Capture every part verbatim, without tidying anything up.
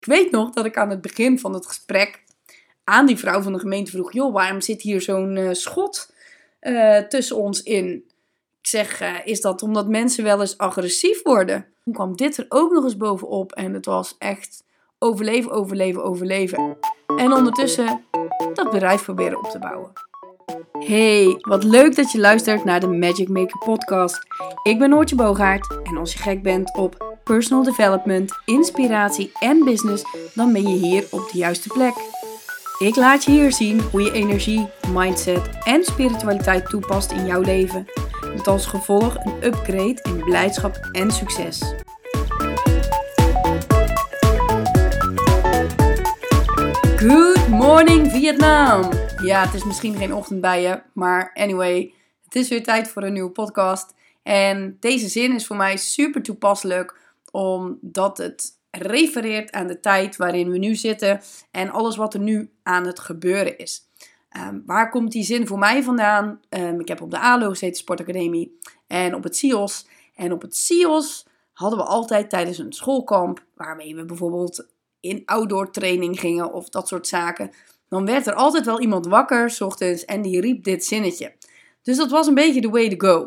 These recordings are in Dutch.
Ik weet nog dat ik aan het begin van het gesprek aan die vrouw van de gemeente vroeg, joh, waarom zit hier zo'n uh, schot uh, tussen ons in? Ik zeg, uh, is dat omdat mensen wel eens agressief worden? Toen kwam dit er ook nog eens bovenop en het was echt overleven, overleven, overleven. En ondertussen dat bedrijf proberen op te bouwen. Hey, wat leuk dat je luistert naar de Magic Maker podcast. Ik ben Noortje Boogaard en als je gek bent op personal development, inspiratie en business, dan ben je hier op de juiste plek. Ik laat je hier zien hoe je energie, mindset en spiritualiteit toepast in jouw leven. Met als gevolg een upgrade in blijdschap en succes. Good morning Vietnam! Ja, het is misschien geen ochtend bij je, maar anyway, het is weer tijd voor een nieuwe podcast. En deze zin is voor mij super toepasselijk, omdat het refereert aan de tijd waarin we nu zitten en alles wat er nu aan het gebeuren is. Um, waar komt die zin voor mij vandaan? Um, ik heb op de A L O gezeten, Sportacademie, en op het S I O S. En op het S I O S hadden we altijd tijdens een schoolkamp, waarmee we bijvoorbeeld in outdoor training gingen of dat soort zaken, dan werd er altijd wel iemand wakker 's ochtends en die riep dit zinnetje. Dus dat was een beetje the way to go.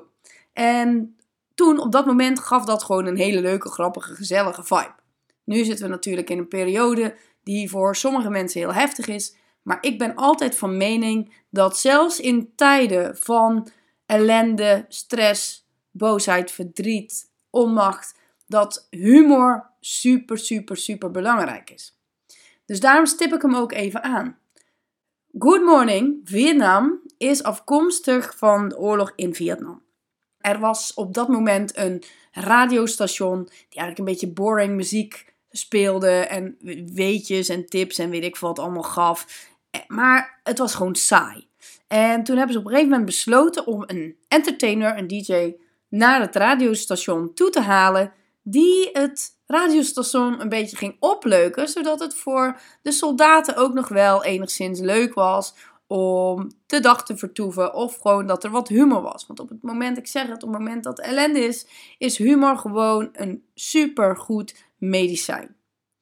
En toen, op dat moment, gaf dat gewoon een hele leuke, grappige, gezellige vibe. Nu zitten we natuurlijk in een periode die voor sommige mensen heel heftig is. Maar ik ben altijd van mening dat zelfs in tijden van ellende, stress, boosheid, verdriet, onmacht, dat humor super, super, super belangrijk is. Dus daarom stip ik hem ook even aan. Good morning, Vietnam is afkomstig van de oorlog in Vietnam. Er was op dat moment een radiostation die eigenlijk een beetje boring muziek speelde en weetjes en tips en weet ik wat allemaal gaf. Maar het was gewoon saai. En toen hebben ze op een gegeven moment besloten om een entertainer, een D J, naar het radiostation toe te halen, die het radiostation een beetje ging opleuken, zodat het voor de soldaten ook nog wel enigszins leuk was om de dag te vertoeven of gewoon dat er wat humor was. Want op het moment, ik zeg het, op het moment dat ellende is, is humor gewoon een supergoed medicijn.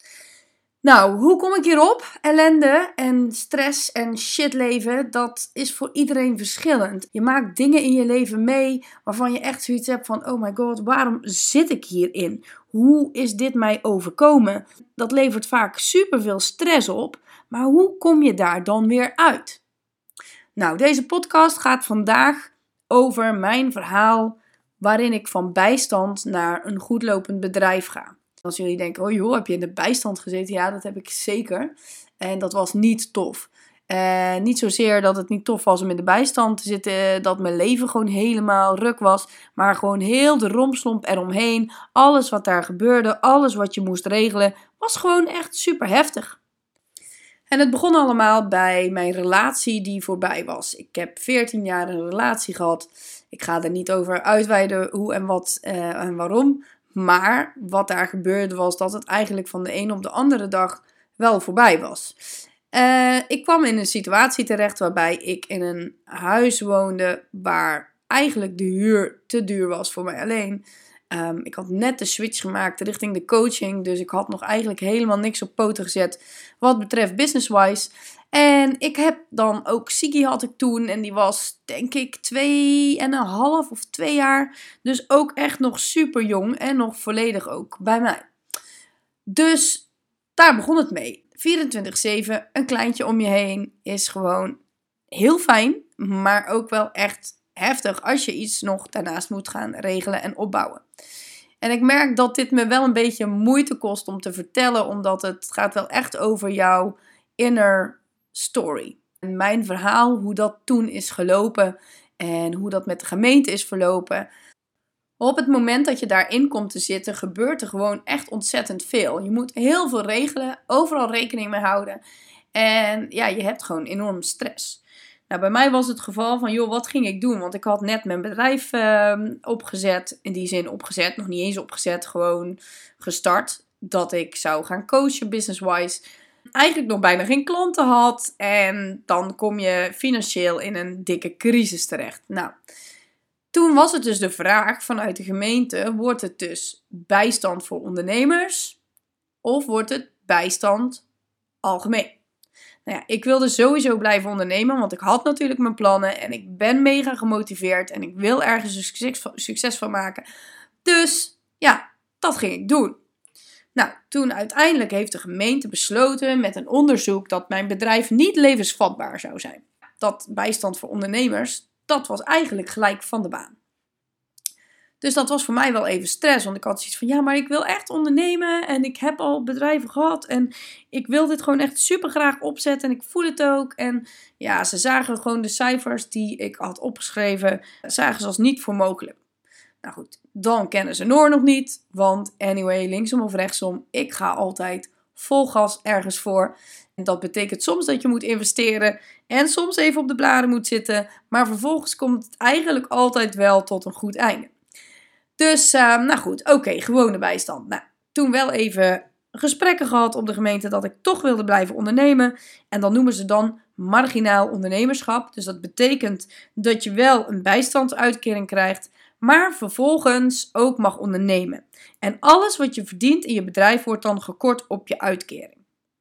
Nou, hoe kom ik hierop? Ellende en stress en shitleven, dat is voor iedereen verschillend. Je maakt dingen in je leven mee waarvan je echt zoiets hebt van, oh my god, waarom zit ik hierin? Hoe is dit mij overkomen? Dat levert vaak superveel stress op, maar hoe kom je daar dan weer uit? Nou, deze podcast gaat vandaag over mijn verhaal waarin ik van bijstand naar een goedlopend bedrijf ga. Als jullie denken, oh joh, heb je in de bijstand gezeten? Ja, dat heb ik zeker. En dat was niet tof. Uh, niet zozeer dat het niet tof was om in de bijstand te zitten, dat mijn leven gewoon helemaal ruk was, maar gewoon heel de rompslomp eromheen, alles wat daar gebeurde, alles wat je moest regelen, was gewoon echt super heftig. En het begon allemaal bij mijn relatie die voorbij was. Ik heb veertien jaar een relatie gehad. Ik ga er niet over uitweiden hoe en wat uh, en waarom. Maar wat daar gebeurde was dat het eigenlijk van de ene op de andere dag wel voorbij was. Uh, ik kwam in een situatie terecht waarbij ik in een huis woonde waar eigenlijk de huur te duur was voor mij alleen. Um, ik had net de switch gemaakt richting de coaching, dus ik had nog eigenlijk helemaal niks op poten gezet wat betreft business-wise. En ik heb dan ook Siggy had ik toen en die was denk ik twee en een half of twee jaar. Dus ook echt nog super jong en nog volledig ook bij mij. Dus daar begon het mee. vierentwintig zeven, een kleintje om je heen is gewoon heel fijn, maar ook wel echt heftig als je iets nog daarnaast moet gaan regelen en opbouwen. En ik merk dat dit me wel een beetje moeite kost om te vertellen, omdat het gaat wel echt over jouw inner story. En mijn verhaal, hoe dat toen is gelopen en hoe dat met de gemeente is verlopen. Op het moment dat je daarin komt te zitten, gebeurt er gewoon echt ontzettend veel. Je moet heel veel regelen, overal rekening mee houden. En ja, je hebt gewoon enorm stress. Nou, bij mij was het geval van, joh, wat ging ik doen? Want ik had net mijn bedrijf uh, opgezet, in die zin opgezet, nog niet eens opgezet, gewoon gestart. Dat ik zou gaan coachen, business-wise. Eigenlijk nog bijna geen klanten had. En dan kom je financieel in een dikke crisis terecht. Nou, toen was het dus de vraag vanuit de gemeente, wordt het dus bijstand voor ondernemers? Of wordt het bijstand algemeen. Nou ja, ik wilde sowieso blijven ondernemen, want ik had natuurlijk mijn plannen en ik ben mega gemotiveerd en ik wil ergens een succes, succes van maken. Dus ja, dat ging ik doen. Nou, toen uiteindelijk heeft de gemeente besloten met een onderzoek dat mijn bedrijf niet levensvatbaar zou zijn. Dat bijstand voor ondernemers, dat was eigenlijk gelijk van de baan. Dus dat was voor mij wel even stress, want ik had zoiets van, ja, maar ik wil echt ondernemen en ik heb al bedrijven gehad en ik wil dit gewoon echt super graag opzetten en ik voel het ook. En ja, ze zagen gewoon de cijfers die ik had opgeschreven, zagen ze als niet voor mogelijk. Nou goed, dan kennen ze Noor nog niet, want anyway, linksom of rechtsom, ik ga altijd vol gas ergens voor. En dat betekent soms dat je moet investeren en soms even op de bladen moet zitten, maar vervolgens komt het eigenlijk altijd wel tot een goed einde. Dus, uh, nou goed, oké, okay, gewone bijstand. Nou, toen wel even gesprekken gehad op de gemeente dat ik toch wilde blijven ondernemen. En dat noemen ze dan marginaal ondernemerschap. Dus dat betekent dat je wel een bijstandsuitkering krijgt, maar vervolgens ook mag ondernemen. En alles wat je verdient in je bedrijf wordt dan gekort op je uitkering.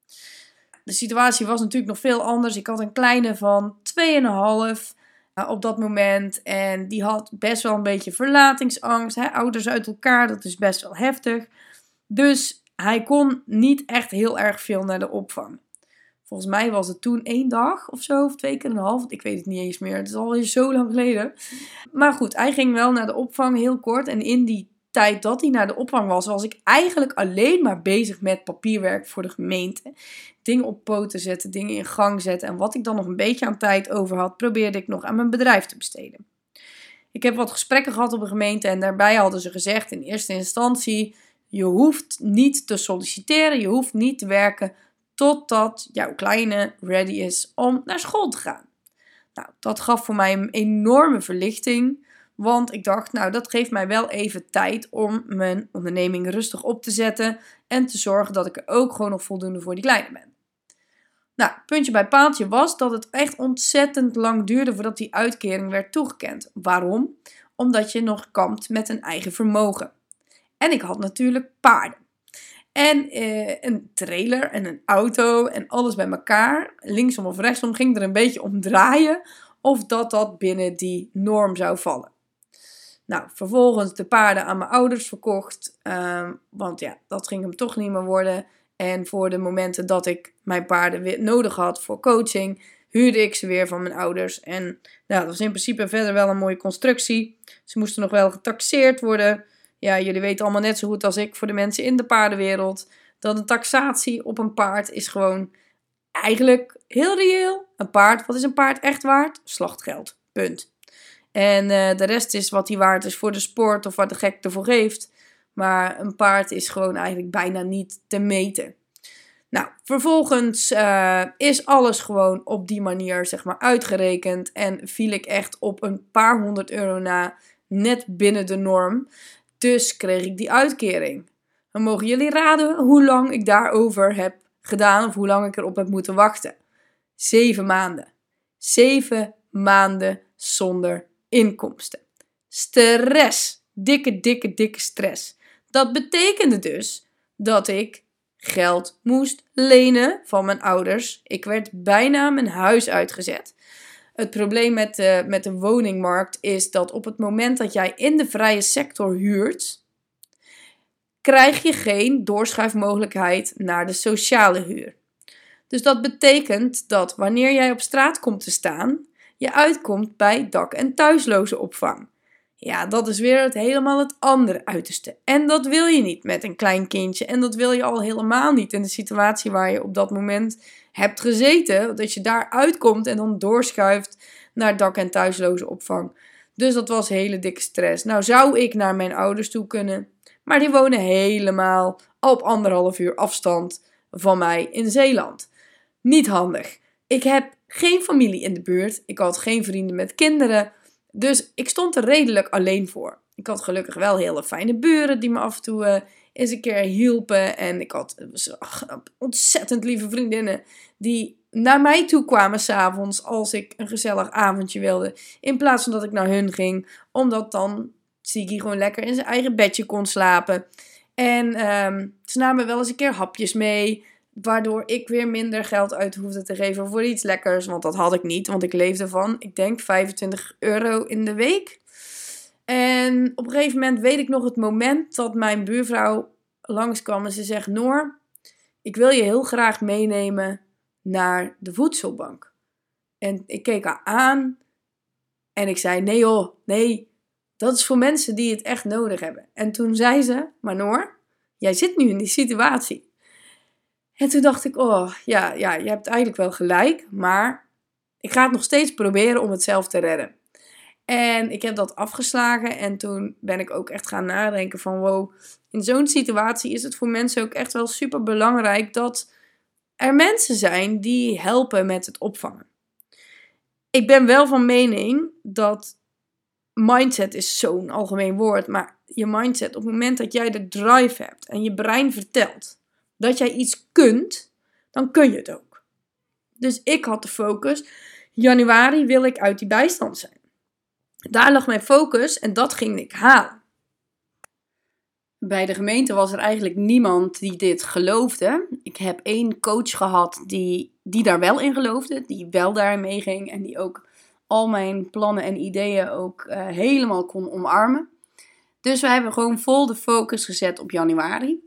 De situatie was natuurlijk nog veel anders. Ik had een kleine van twee komma vijf uh, op dat moment. En die had best wel een beetje verlatingsangst. Hè? Ouders uit elkaar, dat is best wel heftig. Dus hij kon niet echt heel erg veel naar de opvang. Volgens mij was het toen één dag of zo, of twee keer en een half. Ik weet het niet eens meer, het is alweer zo lang geleden. Maar goed, hij ging wel naar de opvang heel kort. En in die tijd dat hij naar de opvang was, was ik eigenlijk alleen maar bezig met papierwerk voor de gemeente. Dingen op poten zetten, dingen in gang zetten. En wat ik dan nog een beetje aan tijd over had, probeerde ik nog aan mijn bedrijf te besteden. Ik heb wat gesprekken gehad op de gemeente en daarbij hadden ze gezegd in eerste instantie, je hoeft niet te solliciteren, je hoeft niet te werken totdat jouw kleine ready is om naar school te gaan. Nou, dat gaf voor mij een enorme verlichting, want ik dacht, nou, dat geeft mij wel even tijd om mijn onderneming rustig op te zetten en te zorgen dat ik er ook gewoon nog voldoende voor die kleine ben. Nou, puntje bij paaltje was dat het echt ontzettend lang duurde voordat die uitkering werd toegekend. Waarom? Omdat je nog kampt met een eigen vermogen. En ik had natuurlijk paarden. En eh, een trailer en een auto en alles bij elkaar, linksom of rechtsom, ging er een beetje om draaien of dat dat binnen die norm zou vallen. Nou, vervolgens de paarden aan mijn ouders verkocht, um, want ja, dat ging hem toch niet meer worden. En voor de momenten dat ik mijn paarden weer nodig had voor coaching, huurde ik ze weer van mijn ouders. En nou, dat was in principe verder wel een mooie constructie. Ze moesten nog wel getaxeerd worden. Ja, jullie weten allemaal net zo goed als ik, voor de mensen in de paardenwereld, dat een taxatie op een paard is gewoon eigenlijk heel reëel. Een paard, wat is een paard echt waard? Slachtgeld, punt. En uh, de rest is wat die waard is voor de sport of wat de gek ervoor geeft. Maar een paard is gewoon eigenlijk bijna niet te meten. Nou, vervolgens uh, is alles gewoon op die manier zeg maar uitgerekend. En viel ik echt op een paar honderd euro na, net binnen de norm. Dus kreeg ik die uitkering. Dan mogen jullie raden hoe lang ik daarover heb gedaan of hoe lang ik erop heb moeten wachten. Zeven maanden. Zeven maanden zonder inkomsten. Stress. Dikke, dikke, dikke stress. Dat betekende dus dat ik geld moest lenen van mijn ouders. Ik werd bijna mijn huis uitgezet. Het probleem met de, met de woningmarkt is dat op het moment dat jij in de vrije sector huurt, krijg je geen doorschuifmogelijkheid naar de sociale huur. Dus dat betekent dat wanneer jij op straat komt te staan, je uitkomt bij dak- en thuislozenopvang. Ja, dat is weer het helemaal het andere uiterste. En dat wil je niet met een klein kindje. En dat wil je al helemaal niet in de situatie waar je op dat moment hebt gezeten. Dat je daar uitkomt en dan doorschuift naar dak- en thuislozenopvang. Dus dat was hele dikke stress. Nou zou ik naar mijn ouders toe kunnen. Maar die wonen helemaal op anderhalf uur afstand van mij in Zeeland. Niet handig. Ik heb geen familie in de buurt. Ik had geen vrienden met kinderen. Dus ik stond er redelijk alleen voor. Ik had gelukkig wel hele fijne buren die me af en toe uh, eens een keer hielpen. En ik had uh, ontzettend lieve vriendinnen die naar mij toe kwamen 's avonds als ik een gezellig avondje wilde. In plaats van dat ik naar hun ging. Omdat dan Ziggy gewoon lekker in zijn eigen bedje kon slapen. En um, ze namen wel eens een keer hapjes mee. Waardoor ik weer minder geld uit hoefde te geven voor iets lekkers. Want dat had ik niet, want ik leefde van, ik denk, vijfentwintig euro in de week. En op een gegeven moment weet ik nog het moment dat mijn buurvrouw langskwam en ze zegt: Noor, ik wil je heel graag meenemen naar de voedselbank. En ik keek haar aan en ik zei: nee joh, nee, dat is voor mensen die het echt nodig hebben. En toen zei ze: maar Noor, jij zit nu in die situatie. En toen dacht ik: oh, ja, ja, je hebt eigenlijk wel gelijk, maar ik ga het nog steeds proberen om het zelf te redden. En ik heb dat afgeslagen en toen ben ik ook echt gaan nadenken van wow, in zo'n situatie is het voor mensen ook echt wel super belangrijk dat er mensen zijn die helpen met het opvangen. Ik ben wel van mening dat mindset is zo'n algemeen woord, maar je mindset, op het moment dat jij de drive hebt en je brein vertelt dat jij iets kunt, dan kun je het ook. Dus ik had de focus, januari wil ik uit die bijstand zijn. Daar lag mijn focus en dat ging ik halen. Bij de gemeente was er eigenlijk niemand die dit geloofde. Ik heb één coach gehad die, die daar wel in geloofde, die wel daarin meeging en die ook al mijn plannen en ideeën ook uh, helemaal kon omarmen. Dus we hebben gewoon vol de focus gezet op januari.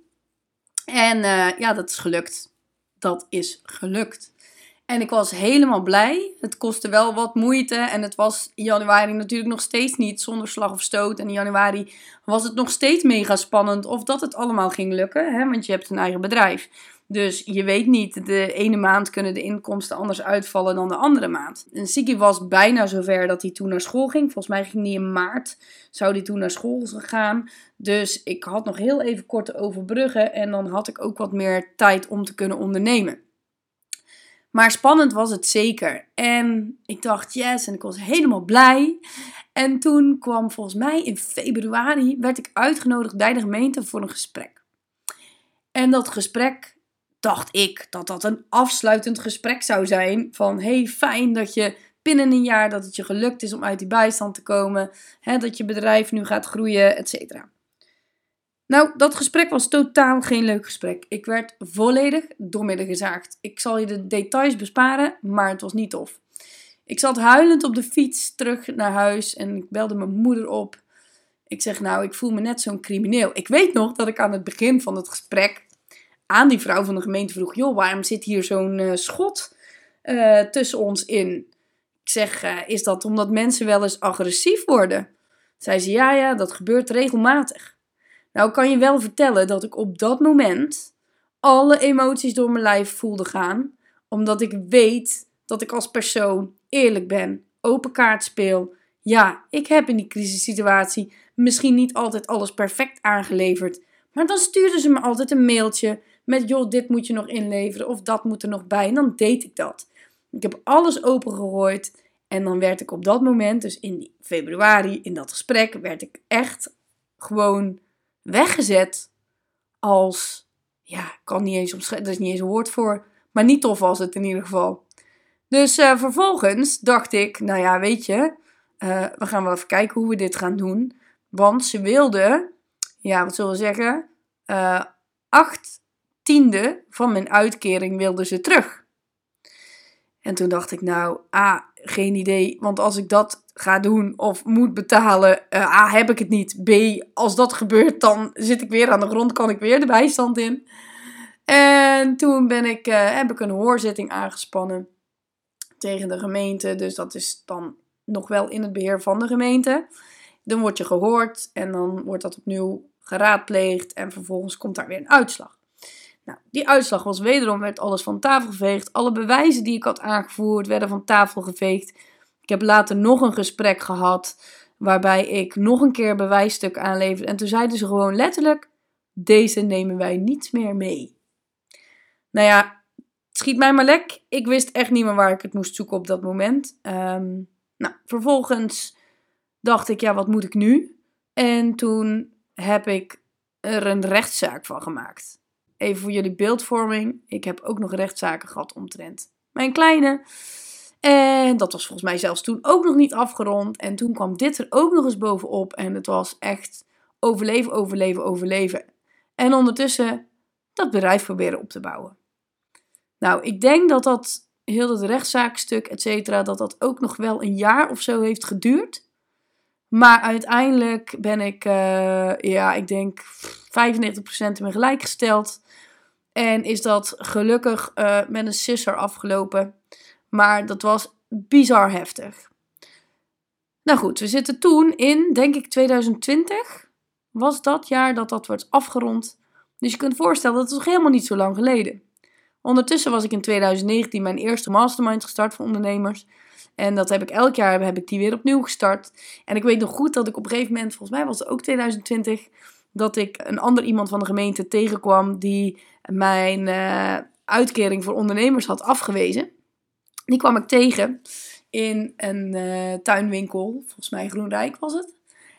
En uh, ja, dat is gelukt. Dat is gelukt. En ik was helemaal blij. Het kostte wel wat moeite. En het was in januari natuurlijk nog steeds niet zonder slag of stoot. En in januari was het nog steeds mega spannend of dat het allemaal ging lukken. Hè? Want je hebt een eigen bedrijf. Dus je weet niet, de ene maand kunnen de inkomsten anders uitvallen dan de andere maand. En Siki was bijna zover dat hij toen naar school ging. Volgens mij ging hij in maart, zou hij toen naar school gaan. Dus ik had nog heel even kort te overbruggen. En dan had ik ook wat meer tijd om te kunnen ondernemen. Maar spannend was het zeker. En ik dacht yes, en ik was helemaal blij. En toen kwam volgens mij in februari, werd ik uitgenodigd bij de gemeente voor een gesprek. En dat gesprek, dacht ik, dat dat een afsluitend gesprek zou zijn. Van hey, fijn dat je binnen een jaar, dat het je gelukt is om uit die bijstand te komen. Hè, dat je bedrijf nu gaat groeien, et cetera. Nou, dat gesprek was totaal geen leuk gesprek. Ik werd volledig doormidden gezaagd. Ik zal je de details besparen, maar het was niet tof. Ik zat huilend op de fiets terug naar huis en ik belde mijn moeder op. Ik zeg nou, ik voel me net zo'n crimineel. Ik weet nog dat ik aan het begin van het gesprek aan die vrouw van de gemeente vroeg: joh, waarom zit hier zo'n uh, schot uh, tussen ons in? Ik zeg, uh, is dat omdat mensen wel eens agressief worden? Zei ze, ja, ja, dat gebeurt regelmatig. Nou, ik kan je wel vertellen dat ik op dat moment alle emoties door mijn lijf voelde gaan. Omdat ik weet dat ik als persoon eerlijk ben, open kaart speel. Ja, ik heb in die crisissituatie misschien niet altijd alles perfect aangeleverd. Maar dan stuurden ze me altijd een mailtje met joh, dit moet je nog inleveren of dat moet er nog bij. En dan deed ik dat. Ik heb alles opengegooid en dan werd ik op dat moment, dus in februari, in dat gesprek, werd ik echt gewoon weggezet als, ja, ik kan niet eens omschrijven, er is niet eens een woord voor, maar niet tof was het in ieder geval. Dus uh, vervolgens dacht ik, nou ja, weet je, uh, we gaan wel even kijken hoe we dit gaan doen. Want ze wilden, ja, wat zullen we zeggen, uh, acht tiende van mijn uitkering wilden ze terug. En toen dacht ik, nou, A, geen idee, want als ik dat ga doen of moet betalen, uh, A, heb ik het niet. B, als dat gebeurt, dan zit ik weer aan de grond, kan ik weer de bijstand in. En toen ben ik, uh, heb ik een hoorzitting aangespannen tegen de gemeente. Dus dat is dan nog wel in het beheer van de gemeente. Dan word je gehoord en dan wordt dat opnieuw geraadpleegd en vervolgens komt daar weer een uitslag. Nou, die uitslag was wederom, werd alles van tafel geveegd. Alle bewijzen die ik had aangevoerd werden van tafel geveegd. Ik heb later nog een gesprek gehad waarbij ik nog een keer bewijsstuk aanleverde. En toen zeiden ze gewoon letterlijk, deze nemen wij niet meer mee. Nou ja, schiet mij maar lek. Ik wist echt niet meer waar ik het moest zoeken op dat moment. Um, nou, vervolgens dacht ik, ja, wat moet ik nu? En toen heb ik er een rechtszaak van gemaakt. Even voor jullie beeldvorming. Ik heb ook nog rechtszaken gehad omtrent mijn kleine. En dat was volgens mij zelfs toen ook nog niet afgerond. En toen kwam dit er ook nog eens bovenop. En het was echt overleven, overleven, overleven. En ondertussen dat bedrijf proberen op te bouwen. Nou, ik denk dat dat heel dat rechtszaakstuk, et cetera, dat dat ook nog wel een jaar of zo heeft geduurd. Maar uiteindelijk ben ik, uh, ja, ik denk vijfennegentig procent in me gelijk gesteld. En is dat gelukkig uh, met een sisser afgelopen. Maar dat was bizar heftig. Nou goed, we zitten toen in, denk ik, twintig twintig. Was dat jaar dat dat wordt afgerond. Dus je kunt voorstellen, dat is nog helemaal niet zo lang geleden. Ondertussen was ik in twintig negentien mijn eerste mastermind gestart voor ondernemers. En dat heb ik elk jaar heb ik die weer opnieuw gestart. En ik weet nog goed dat ik op een gegeven moment, volgens mij was het ook twintig twintig, dat ik een ander iemand van de gemeente tegenkwam die mijn uh, uitkering voor ondernemers had afgewezen. Die kwam ik tegen in een uh, tuinwinkel, volgens mij Groenrijk was het.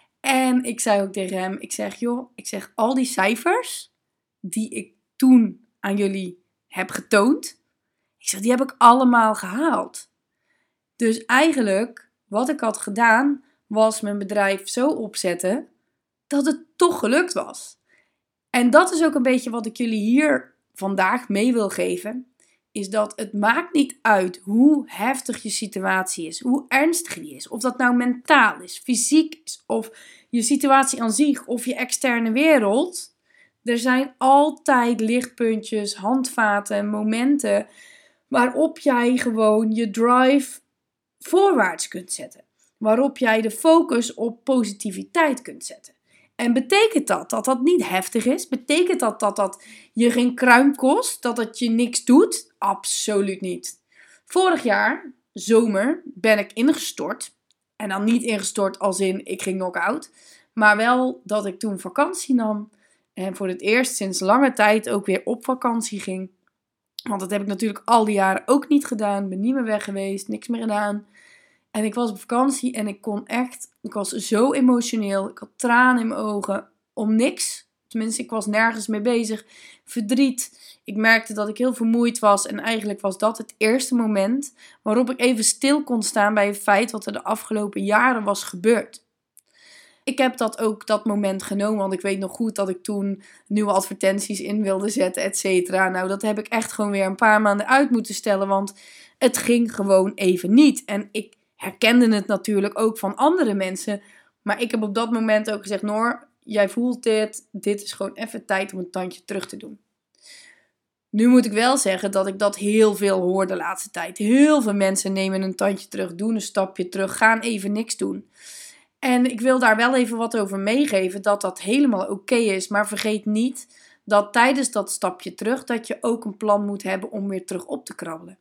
En ik zei ook tegen hem, ik zeg joh, ik zeg al die cijfers die ik toen aan jullie heb getoond, ik zeg die heb ik allemaal gehaald. Dus eigenlijk, wat ik had gedaan, was mijn bedrijf zo opzetten dat het toch gelukt was. En dat is ook een beetje wat ik jullie hier vandaag mee wil geven. Is dat het maakt niet uit hoe heftig je situatie is, hoe ernstig die is. Of dat nou mentaal is, fysiek is, of je situatie aan zich, of je externe wereld. Er zijn altijd lichtpuntjes, handvaten, momenten waarop jij gewoon je drive voorwaarts kunt zetten. Waarop jij de focus op positiviteit kunt zetten. En betekent dat dat dat niet heftig is? Betekent dat dat dat je geen kruim kost? Dat het je niks doet? Absoluut niet. Vorig jaar, zomer, ben ik ingestort. En dan niet ingestort als in ik ging knock-out. Maar wel dat ik toen vakantie nam. En voor het eerst sinds lange tijd ook weer op vakantie ging. Want dat heb ik natuurlijk al die jaren ook niet gedaan. Ben niet meer weg geweest, niks meer gedaan. En ik was op vakantie en ik kon echt, ik was zo emotioneel. Ik had tranen in mijn ogen om niks. Tenminste, ik was nergens mee bezig. Verdriet. Ik merkte dat ik heel vermoeid was. En eigenlijk was dat het eerste moment waarop ik even stil kon staan bij het feit wat er de afgelopen jaren was gebeurd. Ik heb dat ook dat moment genomen, want ik weet nog goed dat ik toen nieuwe advertenties in wilde zetten, et cetera. Nou, dat heb ik echt gewoon weer een paar maanden uit moeten stellen, want het ging gewoon even niet. En ik herkende het natuurlijk ook van andere mensen, maar ik heb op dat moment ook gezegd, Noor, jij voelt dit, dit is gewoon even tijd om een tandje terug te doen. Nu moet ik wel zeggen dat ik dat heel veel hoor de laatste tijd. Heel veel mensen nemen een tandje terug, doen een stapje terug, gaan even niks doen. En ik wil daar wel even wat over meegeven, dat dat helemaal oké okay is. Maar vergeet niet dat tijdens dat stapje terug, dat je ook een plan moet hebben om weer terug op te krabbelen.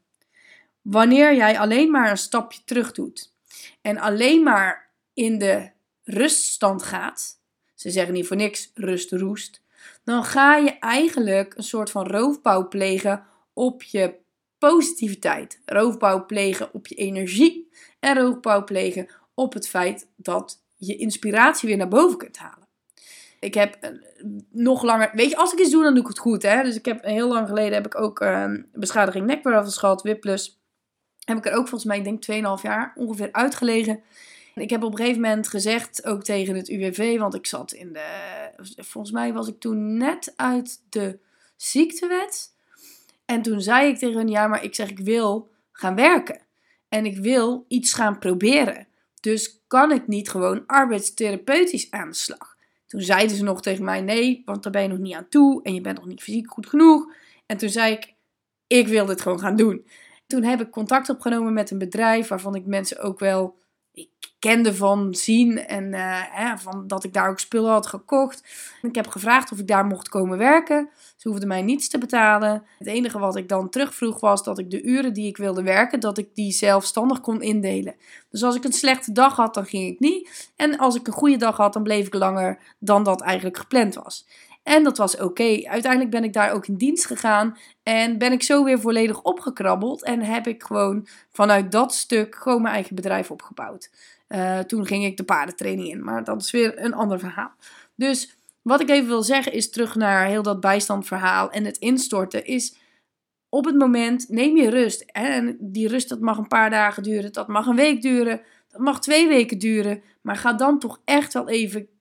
Wanneer jij alleen maar een stapje terug doet en alleen maar in de ruststand gaat, ze zeggen niet voor niks rust roest, dan ga je eigenlijk een soort van roofbouw plegen op je positiviteit. Roofbouw plegen op je energie en roofbouw plegen op het feit dat je inspiratie weer naar boven kunt halen. Ik heb uh, nog langer, weet je, als ik iets doe, dan doe ik het goed, hè. Dus ik heb heel lang geleden heb ik ook uh, beschadiging nekwervels gehad, Whiplash. Heb ik er ook volgens mij, ik denk twee komma vijf jaar ongeveer uitgelegen. Ik heb op een gegeven moment gezegd, ook tegen het U W V, want ik zat in de, volgens mij was ik toen net uit de ziektewet. En toen zei ik tegen hen, ja, maar ik zeg, ik wil gaan werken. En ik wil iets gaan proberen. Dus kan ik niet gewoon arbeidstherapeutisch aan de slag? Toen zeiden ze nog tegen mij, nee, want daar ben je nog niet aan toe. En je bent nog niet fysiek goed genoeg. En toen zei ik, ik wil dit gewoon gaan doen. Toen heb ik contact opgenomen met een bedrijf waarvan ik mensen ook wel ik kende van zien. En uh, hè, van dat ik daar ook spullen had gekocht. En ik heb gevraagd of ik daar mocht komen werken. Ze hoefden mij niets te betalen. Het enige wat ik dan terugvroeg was dat ik de uren die ik wilde werken, dat ik die zelfstandig kon indelen. Dus als ik een slechte dag had, dan ging ik niet. En als ik een goede dag had, dan bleef ik langer dan dat eigenlijk gepland was. En dat was oké. Okay. Uiteindelijk ben ik daar ook in dienst gegaan. En ben ik zo weer volledig opgekrabbeld. En heb ik gewoon vanuit dat stuk gewoon mijn eigen bedrijf opgebouwd. Uh, toen ging ik de paardentraining in. Maar dat is weer een ander verhaal. Dus wat ik even wil zeggen is terug naar heel dat bijstandverhaal. En het instorten is op het moment neem je rust. En die rust dat mag een paar dagen duren. Dat mag een week duren. Dat mag twee weken duren. Maar ga dan toch echt wel even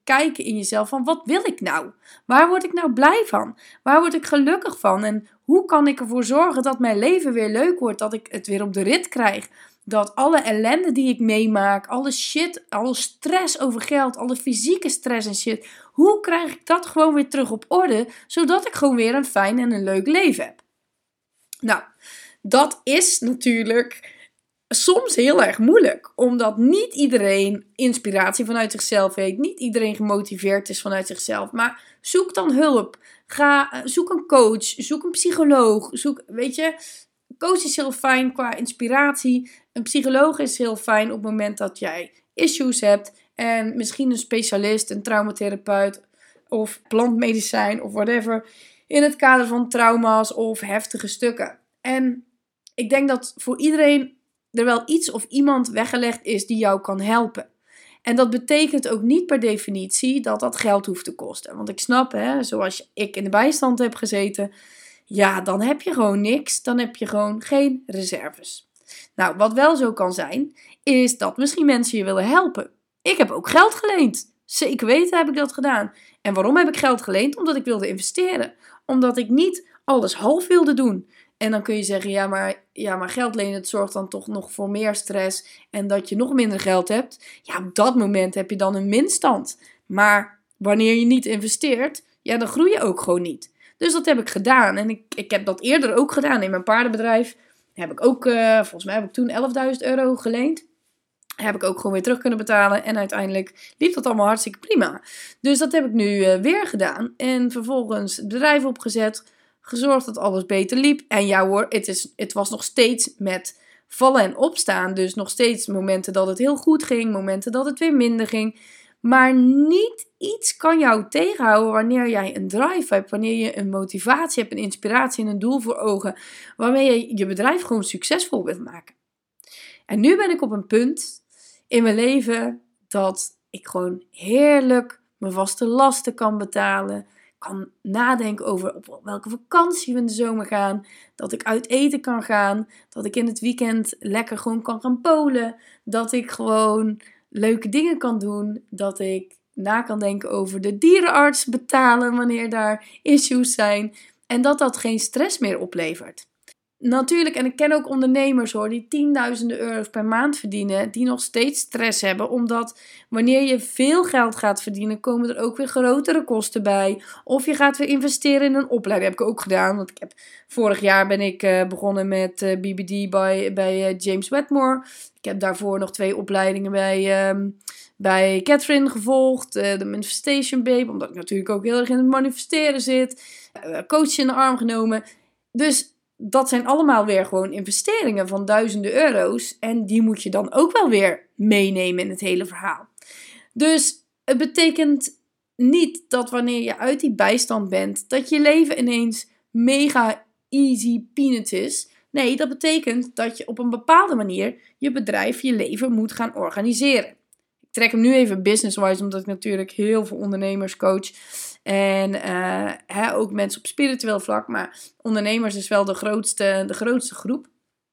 kijken in jezelf van wat wil ik nou? Waar word ik nou blij van? Waar word ik gelukkig van? En hoe kan ik ervoor zorgen dat mijn leven weer leuk wordt? Dat ik het weer op de rit krijg? Dat alle ellende die ik meemaak, alle shit, alle stress over geld, alle fysieke stress en shit. Hoe krijg ik dat gewoon weer terug op orde? Zodat ik gewoon weer een fijn en een leuk leven heb. Nou, dat is natuurlijk soms heel erg moeilijk. Omdat niet iedereen inspiratie vanuit zichzelf heeft. Niet iedereen gemotiveerd is vanuit zichzelf. Maar zoek dan hulp. Ga, zoek een coach. Zoek een psycholoog. Zoek, weet je, een coach is heel fijn qua inspiratie. Een psycholoog is heel fijn op het moment dat jij issues hebt. En misschien een specialist, een traumatherapeut of plantmedicijn of whatever. In het kader van trauma's of heftige stukken. En ik denk dat voor iedereen er wel iets of iemand weggelegd is die jou kan helpen. En dat betekent ook niet per definitie dat dat geld hoeft te kosten. Want ik snap, hè, zoals ik in de bijstand heb gezeten, ja, dan heb je gewoon niks. Dan heb je gewoon geen reserves. Nou, wat wel zo kan zijn, is dat misschien mensen je willen helpen. Ik heb ook geld geleend. Zeker weten heb ik dat gedaan. En waarom heb ik geld geleend? Omdat ik wilde investeren. Omdat ik niet alles half wilde doen. En dan kun je zeggen, ja maar, ja, maar geld lenen, het zorgt dan toch nog voor meer stress en dat je nog minder geld hebt. Ja, op dat moment heb je dan een minstand. Maar wanneer je niet investeert, ja, dan groei je ook gewoon niet. Dus dat heb ik gedaan. En ik, ik heb dat eerder ook gedaan in mijn paardenbedrijf. Heb ik ook, uh, volgens mij heb ik toen elfduizend euro geleend. Heb ik ook gewoon weer terug kunnen betalen. En uiteindelijk liep dat allemaal hartstikke prima. Dus dat heb ik nu uh, weer gedaan. En vervolgens het bedrijf opgezet. Gezorgd dat alles beter liep. En ja hoor, het, is, het was nog steeds met vallen en opstaan. Dus nog steeds momenten dat het heel goed ging. Momenten dat het weer minder ging. Maar niet iets kan jou tegenhouden wanneer jij een drive hebt. Wanneer je een motivatie hebt, een inspiratie en een doel voor ogen. Waarmee je je bedrijf gewoon succesvol wilt maken. En nu ben ik op een punt in mijn leven dat ik gewoon heerlijk mijn vaste lasten kan betalen. Kan nadenken over op welke vakantie we in de zomer gaan. Dat ik uit eten kan gaan. Dat ik in het weekend lekker gewoon kan gaan polen. Dat ik gewoon leuke dingen kan doen. Dat ik na kan denken over de dierenarts betalen wanneer daar issues zijn. En dat dat geen stress meer oplevert. Natuurlijk, en ik ken ook ondernemers hoor, die tienduizenden euro's per maand verdienen, die nog steeds stress hebben, omdat wanneer je veel geld gaat verdienen, komen er ook weer grotere kosten bij. Of je gaat weer investeren in een opleiding. Dat heb ik ook gedaan, want ik heb, vorig jaar ben ik uh, begonnen met uh, B B D bij, bij uh, James Wedmore. Ik heb daarvoor nog twee opleidingen bij, um, bij Catherine gevolgd, uh, de Manifestation Babe, omdat ik natuurlijk ook heel erg in het manifesteren zit. Uh, coach in de arm genomen. Dus dat zijn allemaal weer gewoon investeringen van duizenden euro's. En die moet je dan ook wel weer meenemen in het hele verhaal. Dus het betekent niet dat wanneer je uit die bijstand bent, dat je leven ineens mega easy peanuts is. Nee, dat betekent dat je op een bepaalde manier je bedrijf, je leven moet gaan organiseren. Ik trek hem nu even business-wise, omdat ik natuurlijk heel veel ondernemers coach. En uh, hè, ook mensen op spiritueel vlak. Maar ondernemers is wel de grootste, de grootste groep.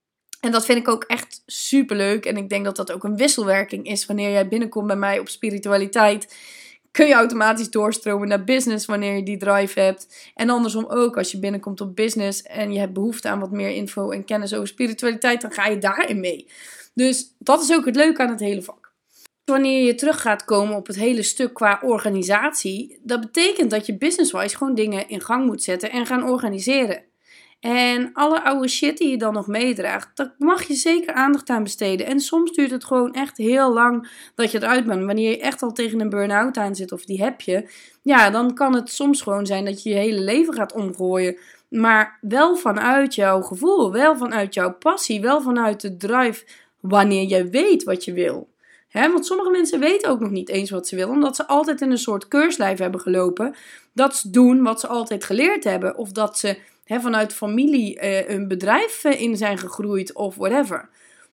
En dat vind ik ook echt superleuk. En ik denk dat dat ook een wisselwerking is. Wanneer jij binnenkomt bij mij op spiritualiteit, kun je automatisch doorstromen naar business wanneer je die drive hebt. En andersom ook, als je binnenkomt op business en je hebt behoefte aan wat meer info en kennis over spiritualiteit, dan ga je daarin mee. Dus dat is ook het leuke aan het hele vak. Wanneer je terug gaat komen op het hele stuk qua organisatie, dat betekent dat je business-wise gewoon dingen in gang moet zetten en gaan organiseren. En alle oude shit die je dan nog meedraagt, daar mag je zeker aandacht aan besteden. En soms duurt het gewoon echt heel lang dat je eruit bent. Wanneer je echt al tegen een burn-out aan zit, of die heb je, ja, dan kan het soms gewoon zijn dat je je hele leven gaat omgooien. Maar wel vanuit jouw gevoel, wel vanuit jouw passie, wel vanuit de drive wanneer je weet wat je wil. He, want sommige mensen weten ook nog niet eens wat ze willen, omdat ze altijd in een soort keurslijf hebben gelopen. Dat ze doen wat ze altijd geleerd hebben. Of dat ze he, vanuit familie uh, een bedrijf uh, in zijn gegroeid of whatever.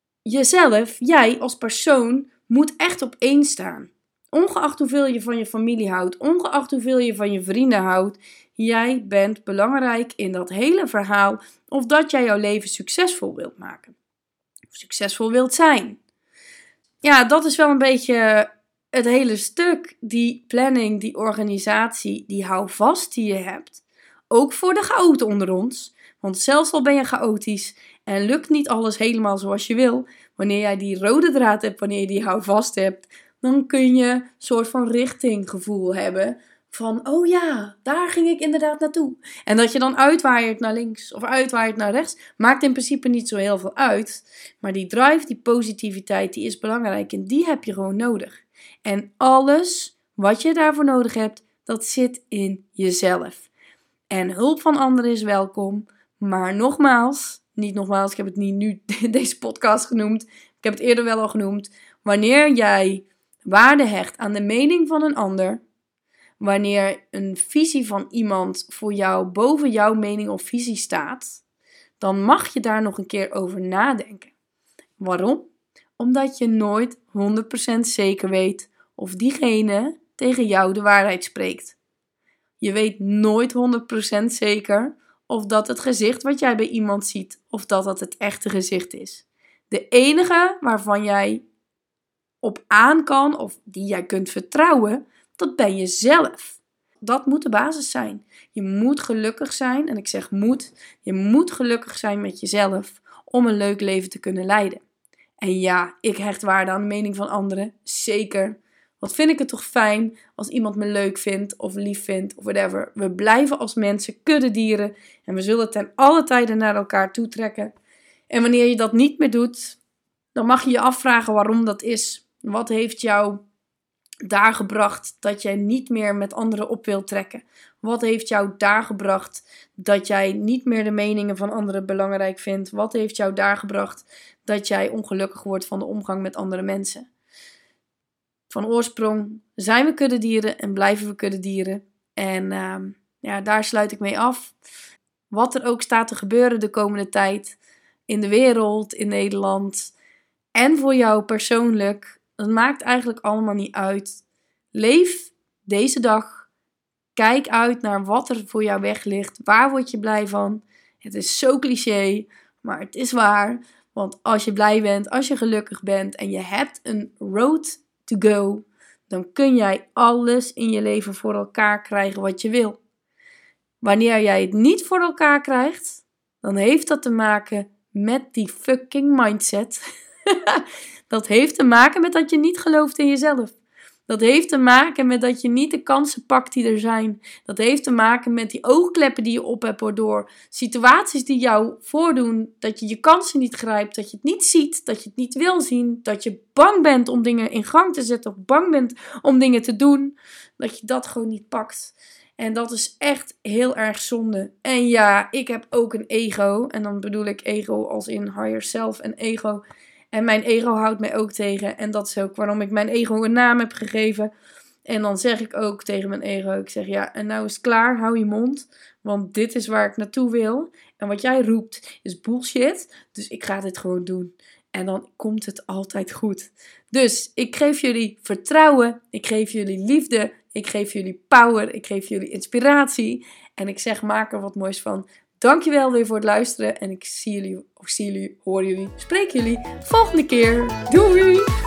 Jezelf, jij als persoon, moet echt op één staan. Ongeacht hoeveel je van je familie houdt, ongeacht hoeveel je van je vrienden houdt. Jij bent belangrijk in dat hele verhaal of dat jij jouw leven succesvol wilt maken. Of succesvol wilt zijn. Ja, dat is wel een beetje het hele stuk, die planning, die organisatie, die houvast die je hebt. Ook voor de chaoten onder ons. Want zelfs al ben je chaotisch en lukt niet alles helemaal zoals je wil. Wanneer jij die rode draad hebt, wanneer je die houvast hebt. Dan kun je een soort van richtinggevoel hebben. Van, oh ja, daar ging ik inderdaad naartoe. En dat je dan uitwaait naar links of uitwaait naar rechts. Maakt in principe niet zo heel veel uit. Maar die drive, die positiviteit, die is belangrijk. En die heb je gewoon nodig. En alles wat je daarvoor nodig hebt, dat zit in jezelf. En hulp van anderen is welkom. Maar nogmaals, niet nogmaals, ik heb het niet nu deze podcast genoemd. Ik heb het eerder wel al genoemd. Wanneer jij waarde hecht aan de mening van een ander. Wanneer een visie van iemand voor jou boven jouw mening of visie staat. Dan mag je daar nog een keer over nadenken. Waarom? Omdat je nooit honderd procent zeker weet of diegene tegen jou de waarheid spreekt. Je weet nooit honderd procent zeker of dat het gezicht wat jij bij iemand ziet, of dat dat het echte gezicht is. De enige waarvan jij op aan kan, of die jij kunt vertrouwen, dat ben je zelf. Dat moet de basis zijn. Je moet gelukkig zijn, en ik zeg moet, je moet gelukkig zijn met jezelf om een leuk leven te kunnen leiden. En ja, ik hecht waarde aan de mening van anderen, zeker. Wat vind ik het toch fijn als iemand me leuk vindt of lief vindt of whatever. We blijven als mensen kuddedieren en we zullen ten alle tijden naar elkaar toetrekken. En wanneer je dat niet meer doet, dan mag je je afvragen waarom dat is. Wat heeft jou daar gebracht dat jij niet meer met anderen op wilt trekken? Wat heeft jou daar gebracht dat jij niet meer de meningen van anderen belangrijk vindt? Wat heeft jou daar gebracht dat jij ongelukkig wordt van de omgang met andere mensen? Van oorsprong zijn we kuddedieren en blijven we kuddedieren. En uh, ja, daar sluit ik mee af. Wat er ook staat te gebeuren de komende tijd in de wereld, in Nederland en voor jou persoonlijk, dat maakt eigenlijk allemaal niet uit. Leef deze dag. Kijk uit naar wat er voor jou weg ligt. Waar word je blij van? Het is zo cliché, maar het is waar. Want als je blij bent, als je gelukkig bent en je hebt een road to go, dan kun jij alles in je leven voor elkaar krijgen wat je wil. Wanneer jij het niet voor elkaar krijgt, dan heeft dat te maken met die fucking mindset. Dat heeft te maken met dat je niet gelooft in jezelf. Dat heeft te maken met dat je niet de kansen pakt die er zijn. Dat heeft te maken met die oogkleppen die je op hebt, waardoor situaties die jou voordoen, dat je je kansen niet grijpt, dat je het niet ziet, dat je het niet wil zien, dat je bang bent om dingen in gang te zetten of bang bent om dingen te doen, dat je dat gewoon niet pakt. En dat is echt heel erg zonde. En ja, ik heb ook een ego. En dan bedoel ik ego als in higher self en ego. En mijn ego houdt mij ook tegen. En dat is ook waarom ik mijn ego een naam heb gegeven. En dan zeg ik ook tegen mijn ego. Ik zeg ja, en nou is het klaar. Hou je mond. Want dit is waar ik naartoe wil. En wat jij roept is bullshit. Dus ik ga dit gewoon doen. En dan komt het altijd goed. Dus ik geef jullie vertrouwen. Ik geef jullie liefde. Ik geef jullie power. Ik geef jullie inspiratie. En ik zeg maak er wat moois van. Dankjewel weer voor het luisteren. En ik zie jullie, of zie jullie, hoor jullie, spreek jullie de volgende keer. Doei!